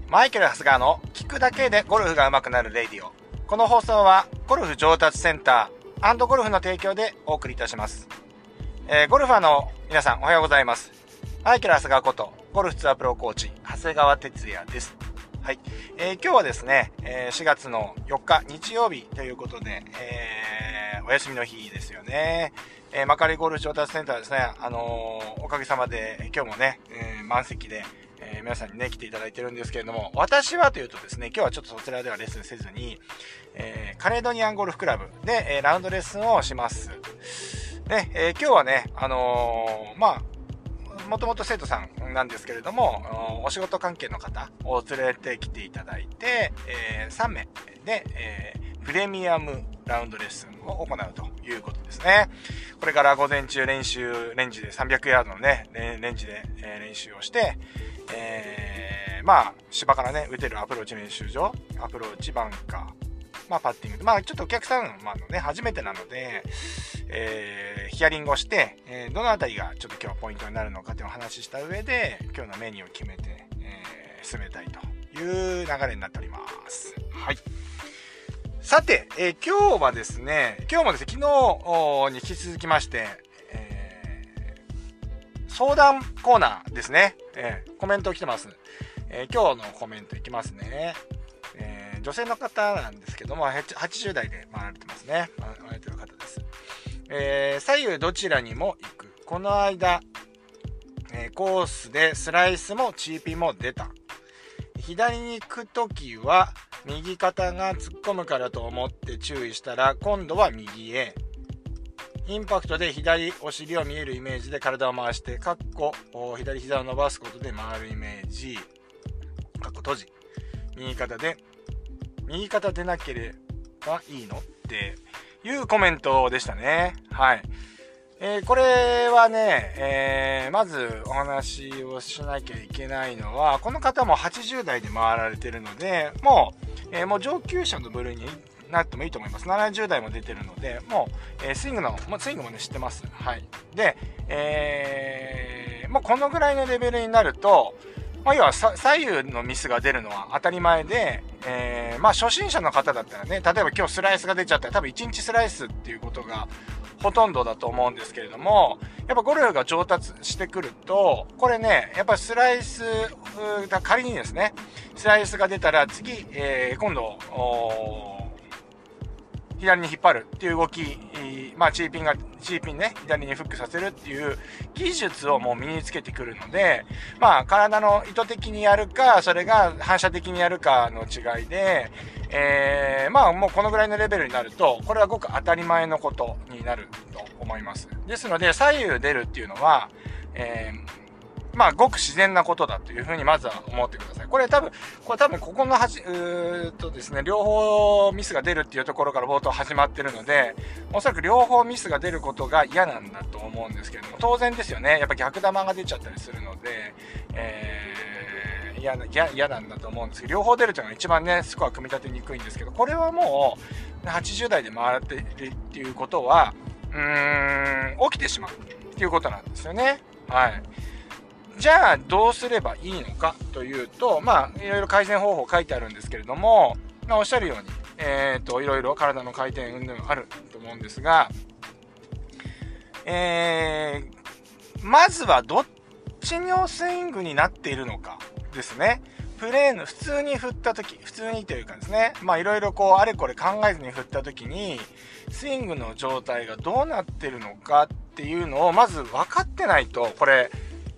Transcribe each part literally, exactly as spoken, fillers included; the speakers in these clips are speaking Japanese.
マイケル・ハスガーの聞くだけでゴルフが上手くなるレディオ。この放送はゴルフ上達センター&ゴルフの提供でお送りいたします。えー、ゴルファーの皆さんおはようございます。マイケル・ハスガーことゴルフツアープロコーチ長谷川哲也です。はい、えー、今日はですね、えー、しがつのよっか日曜日ということで、えー、お休みの日ですよね。えー、幕張ゴルフ上達センターですね、あのー、おかげさまで今日もね、えー、満席で、えー、皆さんにね来ていただいてるんですけれども、私はというとですね、今日はちょっとそちらではレッスンせずに、えー、カレドニアンゴルフクラブで、えー、ラウンドレッスンをします。ね、えー、今日はね、あのー、まあもともと生徒さんなんですけれども、お仕事関係の方を連れてきていただいて、えー、さんめいで、えー、プレミアムラウンドレッスンを行うということですね。これから午前中練習、レンジでさんびゃくヤードのね、レンジで練習をして、えー、まあ、芝からね、打てるアプローチ練習場、アプローチバンカー、まあ、パッティング。まあ、ちょっとお客さん、まあのね、初めてなので、えー、ヒアリングをして、えー、どのあたりがちょっと今日ポイントになるのかというお話しした上で、今日のメニューを決めて、えー、進めたいという流れになっております。はい。さて、えー、今日はですね、今日もですね、昨日に引き続きまして、えー、相談コーナーですね、えー、コメント来てます。えー、今日のコメントいきますね。えー、女性の方なんですけども、はちじゅう代で回られてますね。回られてる方です。えー、左右どちらにも行く。この間、えー、コースでスライスもチーピンも出た。左に行くときは、右肩が突っ込むからと思って注意したら、今度は右へ。インパクトで左お尻を見えるイメージで体を回して、かっこ左膝を伸ばすことで回るイメージ。かっこ閉じ。右肩で、右肩出なければいいのっていうコメントでしたね。はい。えー、これはね、えー、まずお話をしなきゃいけないのは、この方もはちじゅう代で回られてるので、もう、えー、もう上級者の部類になってもいいと思います。ななじゅう代も出てるので、もう、えー、スイングの、もうスイングもね、知ってます。はい。で、えー、もうこのぐらいのレベルになると、まあ、要は左右のミスが出るのは当たり前で、えー、まあ初心者の方だったらね、例えば今日スライスが出ちゃったら多分いちにちスライスっていうことがほとんどだと思うんですけれども、やっぱゴルフが上達してくると、これね、やっぱスライス、仮にですね、スライスが出たら次、えー、今度、左に引っ張るっていう動き、まあチーピンが、チーピンね、左にフックさせるっていう技術をもう身につけてくるので、まあ体の意図的にやるか、それが反射的にやるかの違いで、えー、まあもうこのぐらいのレベルになると、これはごく当たり前のことになると思います。ですので、左右出るっていうのは、えーまあ、ごく自然なことだというふうにまずは思ってください。これ多分、これ多分ここのはじ、うーっとですね、両方ミスが出るっていうところから冒頭始まってるので、おそらく両方ミスが出ることが嫌なんだと思うんですけれども、当然ですよね。やっぱ逆球が出ちゃったりするので、えー、嫌な、嫌、嫌なんだと思うんですけど、両方出るというのが一番ね、スコア組み立てにくいんですけど、これはもう、はちじゅう代で回っているっていうことは、うーん、起きてしまうっていうことなんですよね。はい。じゃあどうすればいいのかというと、まあいろいろ改善方法書いてあるんですけれども、まあ、おっしゃるように、えっといろいろ体の回転運動があると思うんですが、えー、まずはどっちのスイングになっているのかですね。プレーの普通に振った時、普通にというかですね、まあいろいろこうあれこれ考えずに振った時にスイングの状態がどうなってるのかっていうのをまず分かってないと、これ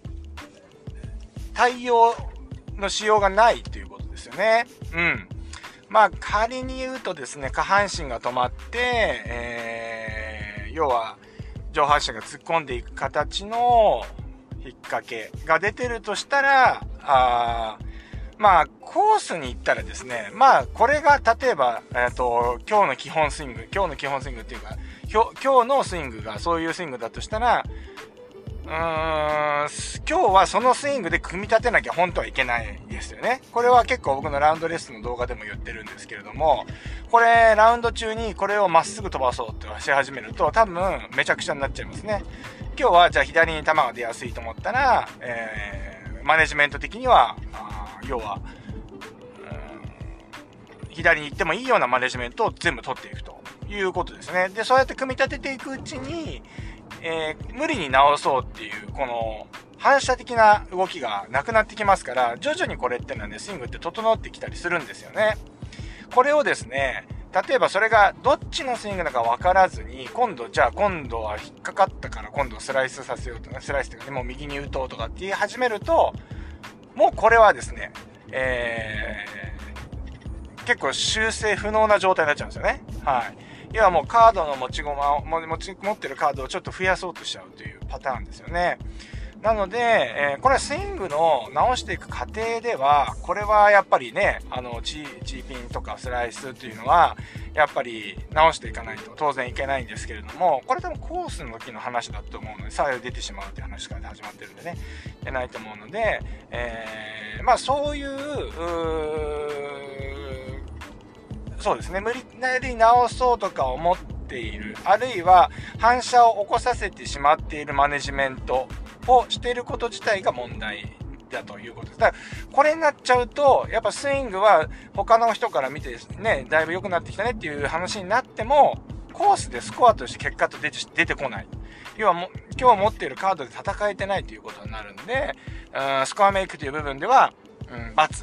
対応のしようがないということですよね。うん。まあ仮に言うとですね、下半身が止まって、えー、要は上半身が突っ込んでいく形の引っ掛けが出てるとしたら、あまあコースに行ったらですね、まあこれが例えば、えーと、今日の基本スイング、今日の基本スイングっていうか、今日のスイングがそういうスイングだとしたら、うーん、今日はそのスイングで組み立てなきゃ本当はいけないですよね。これは結構僕のラウンドレッスンの動画でも言ってるんですけれども、これラウンド中にこれをまっすぐ飛ばそうってし始めると多分めちゃくちゃになっちゃいますね。今日はじゃあ左に球が出やすいと思ったら、えー、マネジメント的には、あ要は左に行ってもいいようなマネジメントを全部取っていくということですね。で、そうやって組み立てていくうちに、えー、無理に直そうっていう、この、反射的な動きがなくなってきますから、徐々にこれってのはね、スイングって整ってきたりするんですよね。これをですね、例えばそれがどっちのスイングだか分からずに、今度、じゃあ今度は引っかかったから今度スライスさせようとか、スライスというかね、もう右に打とうとかって言い始めると、もうこれはですね、えー、結構修正不能な状態になっちゃうんですよね。はい。要はもうカードの持ち駒を、持ち、持ってるカードをちょっと増やそうとしちゃうというパターンですよね。なので、えー、これはスイングの直していく過程では、これはやっぱりね、あの、G、G ピンとかスライスっていうのは、やっぱり直していかないと当然いけないんですけれども、これ多分コースの時の話だと思うので、さあ出てしまうっていう話から始まってるんでね、いけないと思うので、えー、まあそういう、うそうですね、無理やり直そうとか思っている、あるいは反射を起こさせてしまっているマネジメントをしていること自体が問題だということです。だからこれになっちゃうと、やっぱスイングは他の人から見てですね、だいぶ良くなってきたねっていう話になっても、コースでスコアとして結果と出て、出てこない。要はも今日持っているカードで戦えてないということになるんで、うん、スコアメイクという部分では、うん、×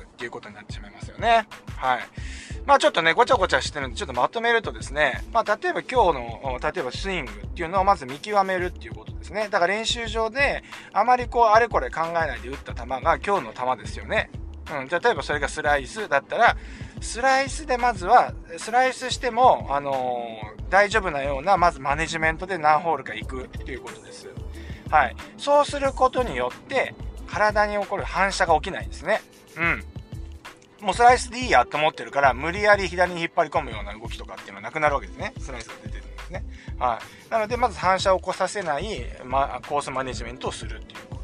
っていうことになってしまいますよね。はい。まあちょっとね、ごちゃごちゃしてるんで、ちょっとまとめるとですね、まあ例えば今日の、例えばスイングっていうのをまず見極めるっていうことですね。だから練習場で、あまりこう、あれこれ考えないで打った球が今日の球ですよね。うん、例えばそれがスライスだったら、スライスでまずは、スライスしても、あのー、大丈夫なような、まずマネジメントで何ホールか行くっていうことです。はい。そうすることによって、体に起こる反射が起きないんですね。うん。もうスライスでいいやと思ってるから、無理やり左に引っ張り込むような動きとかっていうのはなくなるわけですね。スライスが出てるんですね。はい。なので、まず反射を起こさせない、ま、コースマネジメントをするっていうこと。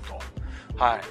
はい。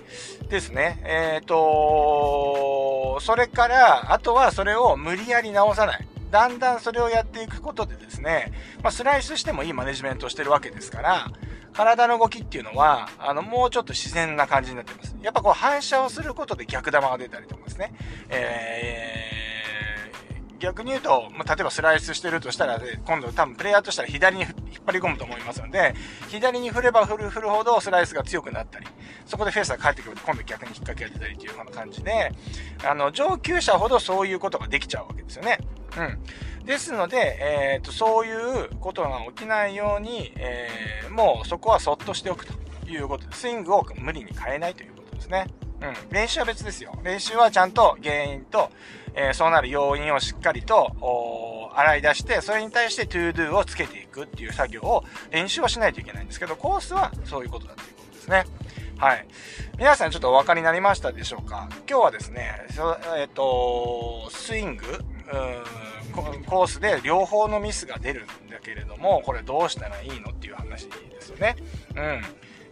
ですね。えっと、それから、あとはそれを無理やり直さない。だんだんそれをやっていくことでですね、まあ、スライスしてもいいマネジメントをしてるわけですから、体の動きっていうのは、あの、もうちょっと自然な感じになってます。やっぱこう反射をすることで逆球が出たりとかですね。えー、逆に言うと、まあ、例えばスライスしてるとしたら、今度多分プレイヤーとしたら左に引っ張り込むと思いますので、左に振れば振る振るほどスライスが強くなったり、そこでフェースが返ってくると今度逆に引っ掛けが出たりというような感じで、あの、上級者ほどそういうことができちゃうわけですよね。うん。ですので、えーと、そういうことが起きないように、えー、もうそこはそっとしておくということで、スイングを無理に変えないということですね。うん。練習は別ですよ。練習はちゃんと原因と、えー、そうなる要因をしっかりと洗い出して、それに対して to do をつけていくっていう作業を練習はしないといけないんですけど、コースはそういうことだということですね。はい。皆さんちょっとお分かりになりましたでしょうか？今日はですね、えっと、スイング、コースで両方のミスが出るんだけれども、これどうしたらいいのっていう話ですよね。うん。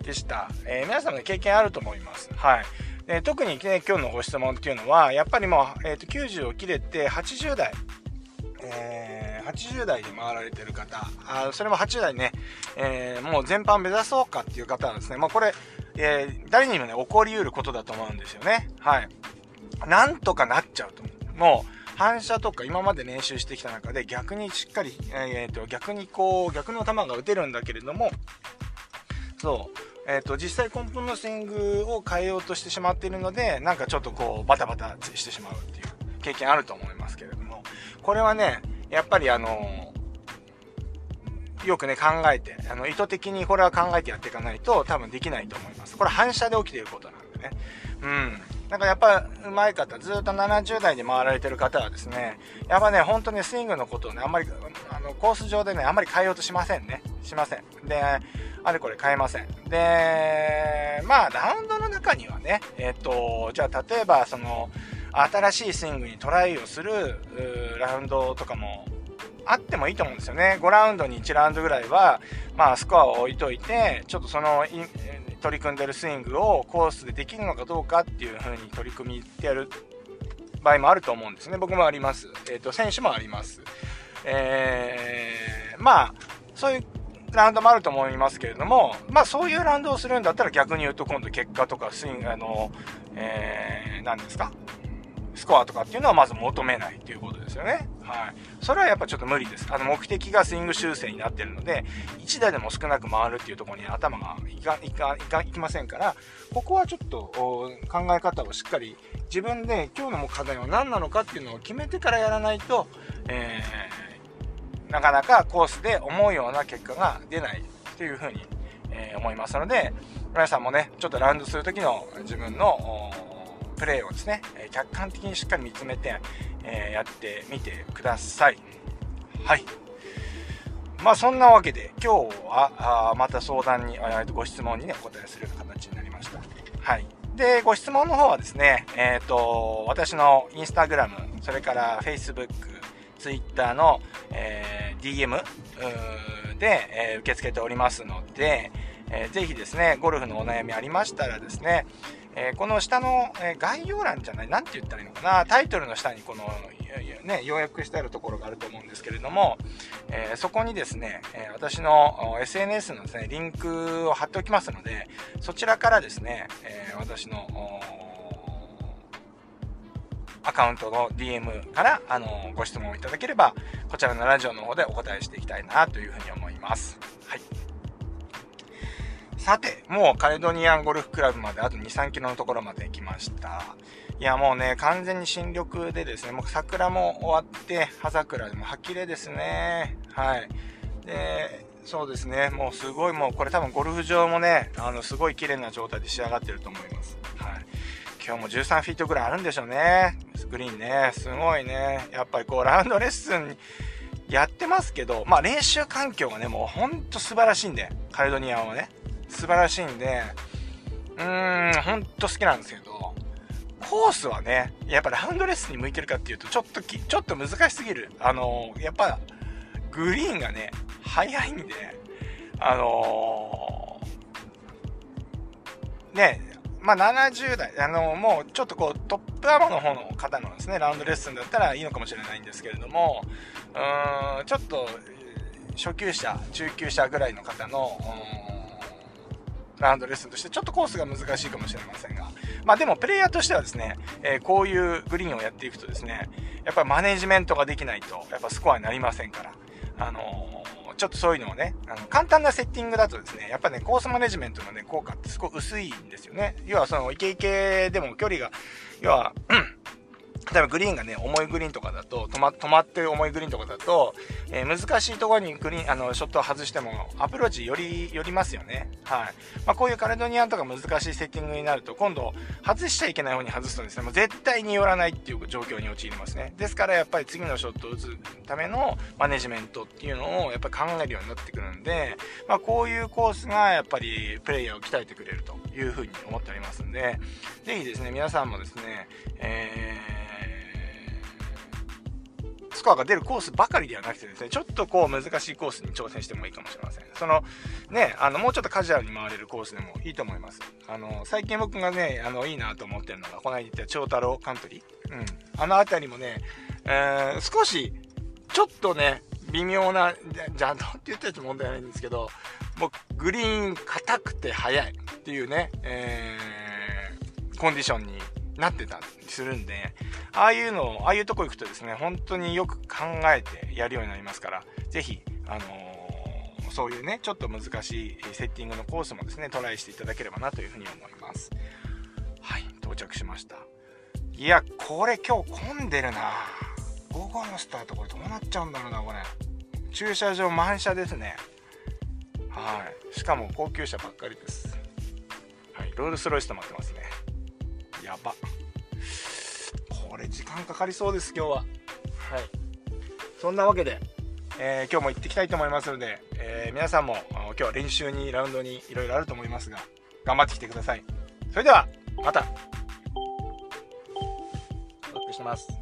でした。えー、皆さんも、ね、経験あると思います。はい。で特に、ね、今日のご質問っていうのは、やっぱりもう、えーと、きゅうじゅうを切れてはちじゅう代、えー、はちじゅう代で回られてる方、あそれもはちじゅう代ね、えー、もう全般目指そうかっていう方はですね、もうこれ、えー、誰にもね、起こり得ることだと思うんですよね。はい。なんとかなっちゃうと思う。もう、反射とか今まで練習してきた中で逆にしっかり、えーと、逆にこう、逆の球が打てるんだけれども、そう、えーと、実際根本のスイングを変えようとしてしまっているので、なんかちょっとこう、バタバタしてしまうっていう経験あると思いますけれども、これはね、やっぱりあの、よくね、考えて、あの、意図的にこれは考えてやっていかないと多分できないと思います。これ反射で起きていることなんでね。うん。なんかやっぱ上手い方、ずっとななじゅう代で回られてる方はですね、やっぱね、本当にスイングのことをね、あんまり、あの、コース上でね、あんまり変えようとしませんね。しません。で、あれこれ変えません。で、まあ、ラウンドの中にはね、えっと、じゃあ例えば、その、新しいスイングにトライをする、ラウンドとかも、あってもいいと思うんですよね。ごラウンドにいちラウンドぐらいは、まあ、スコアを置いといて、ちょっとその、取り組んでるスイングをコースでできるのかどうかっていう風に取り組みってやる場合もあると思うんですね。僕もあります。えっと、選手もあります。えー、まあ、そういうラウンドもあると思いますけれども、まあそういうラウンドをするんだったら逆に言うと今度結果とかスイング、あの、えー、何ですか？ スコアとかっていうのはまず求めないということですよね。はい。それはやっぱちょっと無理です。あの、目的がスイング修正になってるので、いちだいでも少なく回るっていうところに頭がいか、いか、いか、いきませんから、ここはちょっと考え方をしっかり自分で今日の課題は何なのかっていうのを決めてからやらないと、えー、なかなかコースで思うような結果が出ないというふうに、えー、思いますので、皆さんもね、ちょっとラウンドするときの自分のプレーをですね、客観的にしっかり見つめて、えー、やってみてください。はい。まあそんなわけで今日はあまた相談に、ご質問にねお答えする形になりました。はい。で、ご質問の方はですね、えっと、私のインスタグラム、それからフェイスブック、ツイッターの、えー、ディーエム で、えー、受け付けておりますので、えー、ぜひですね、ゴルフのお悩みありましたらですね、えー、この下の、えー、概要欄じゃない、なんて言ったらいいのかな、タイトルの下にこの、ね、要約してあるところがあると思うんですけれども、えー、そこにですね、えー、私の エスエヌエス のですね、リンクを貼っておきますので、そちらからですね、えー、私のアカウントの ディーエム から、あのー、ご質問をいただければ、こちらのラジオの方でお答えしていきたいなというふうに思います。はい。さて、もうカレドニアンゴルフクラブまであとに、さんキロのところまで来ました。いや、もうね、完全に新緑でですね、もう桜も終わって、葉桜でもは綺麗ですね。はい。で、そうですね、もうすごい、もうこれ多分ゴルフ場もね、あの、すごい綺麗な状態で仕上がってると思います。はい。今日もじゅうさんフィートぐらいあるんでしょうね。グリーンね、すごいね。やっぱりこう、ラウンドレッスンやってますけど、まあ練習環境がね、もうほんと素晴らしいんで、カレドニアンはね。素晴らしいんで、うーん、ほんと好きなんですけど、コースはね、やっぱラウンドレッスンに向いてるかっていうと、ちょっとき、ちょっと難しすぎる。あのー、やっぱ、グリーンがね、速いんで、あのー、ね、まあななじゅうだい、あのー、もうちょっとこう、トップアマの方の方のですね、ラウンドレッスンだったらいいのかもしれないんですけれども、うーん、ちょっと、初級者、中級者ぐらいの方の、ラウンドレッスンとしてちょっとコースが難しいかもしれませんが、まあでもプレイヤーとしてはですね、えー、こういうグリーンをやっていくとですね、やっぱりマネジメントができないとやっぱスコアになりませんから、あのー、ちょっとそういうのをね、あの簡単なセッティングだとですね、やっぱねコースマネジメントのね効果ってすごい薄いんですよね。要はそのイケイケでも距離が、要は例えばグリーンがね重いグリーンとかだと止ま止まって重いグリーンとかだと、えー、難しいところにグリーンあのショットを外してもアプローチより寄りますよね。はい。まあこういうカレドニアンとか難しいセッティングになると今度外しちゃいけない方に外すとですね、もう絶対に寄らないっていう状況に陥りますね。ですからやっぱり次のショットを打つためのマネジメントっていうのをやっぱり考えるようになってくるんで、まあこういうコースがやっぱりプレイヤーを鍛えてくれるというふうに思っておりますんで、ぜひですね皆さんもですね、えースコアが出るコースばかりではなくてですね、ちょっとこう難しいコースに挑戦してもいいかもしれません。そのね、あのもうちょっとカジュアルに回れるコースでもいいと思います。あの最近僕がね、あのいいなと思ってるのがこの間言った長太郎カントリー、うん、あの辺りもね、えー、少しちょっとね微妙な邪道って言ったやつ問題ないんですけど、もうグリーン硬くて速いっていうね、えー、コンディションになってたりするんで、ああいうのああいうとこ行くとですね本当によく考えてやるようになりますから、ぜひあのー、そういうねちょっと難しいセッティングのコースもですねトライしていただければなというふうに思います。はい、到着しました。いやこれ今日混んでるな。午後のスタートこれどうなっちゃうんだろうな。これ駐車場満車ですね。はい、しかも高級車ばっかりです。はい、ロールスロイスと待ってますね。やば、これ時間かかりそうです今日は。はい、そんなわけで、えー、今日も行ってきたいと思いますので、えー、皆さんも今日は練習にラウンドにいろいろあると思いますが頑張ってきてください。それではまた。ロックしてます。